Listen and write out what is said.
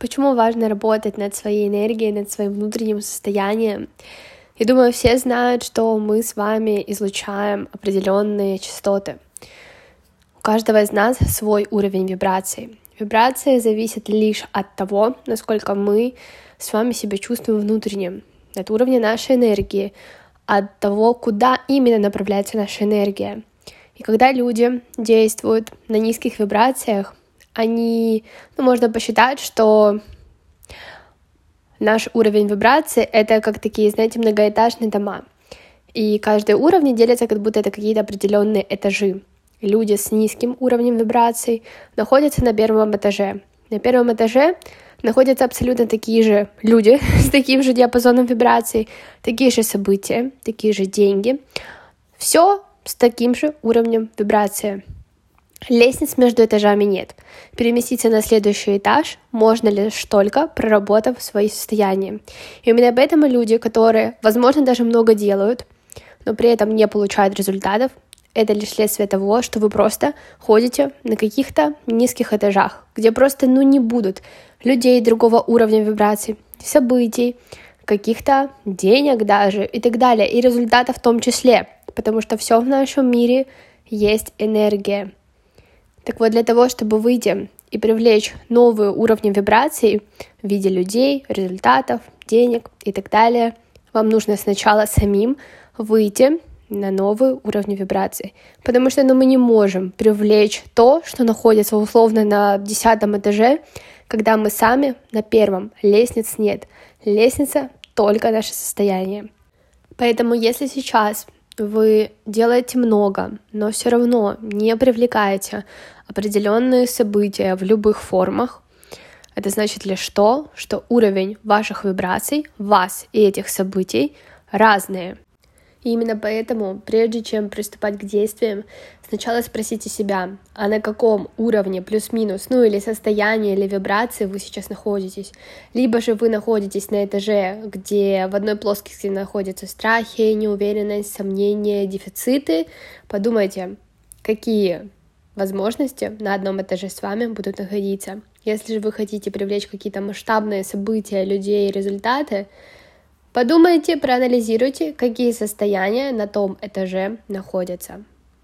Почему важно работать над своей энергией, над своим внутренним состоянием? Я думаю, все знают, что мы с вами излучаем определенные частоты. У каждого из нас свой уровень вибраций. Вибрация зависит лишь от того, насколько мы с вами себя чувствуем внутренне, от уровня нашей энергии, от того, куда именно направляется наша энергия. И когда люди действуют на низких вибрациях, можно посчитать, что наш уровень вибрации — это как такие, знаете, многоэтажные дома. И каждый уровень делится, как будто это какие-то определенные этажи. Люди с низким уровнем вибраций находятся на первом этаже. На первом этаже находятся абсолютно такие же люди с таким же диапазоном вибраций, такие же события, такие же деньги. Все с таким же уровнем вибрации. Лестниц между этажами нет. Переместиться на следующий этаж можно лишь только проработав свои состояния. И именно поэтому люди, которые, возможно, даже много делают, но при этом не получают результатов, это лишь следствие того, что вы просто ходите на каких-то низких этажах, где просто не будут людей другого уровня вибраций, событий, каких-то денег даже и так далее, и результатов в том числе, потому что все в нашем мире есть энергия. Так вот, для того, чтобы выйти и привлечь новые уровни вибраций в виде людей, результатов, денег и так далее, вам нужно сначала самим выйти на новые уровни вибраций. Потому что мы не можем привлечь то, что находится условно на 10 этаже, когда мы сами на 1. Лестниц нет. Лестница — только наше состояние. Поэтому если сейчас вы делаете много, но все равно не привлекаете определенные события в любых формах, это значит лишь то, что уровень ваших вибраций, вас и этих событий разные. И именно поэтому, прежде чем приступать к действиям, сначала спросите себя, а на каком уровне плюс-минус, или состояние, или вибрации вы сейчас находитесь. Либо же вы находитесь на этаже, где в одной плоскости находятся страхи, неуверенность, сомнения, дефициты. Подумайте, какие возможности на одном этаже с вами будут находиться. Если же вы хотите привлечь какие-то масштабные события, людей и результаты, подумайте, проанализируйте, какие состояния на том этаже находятся.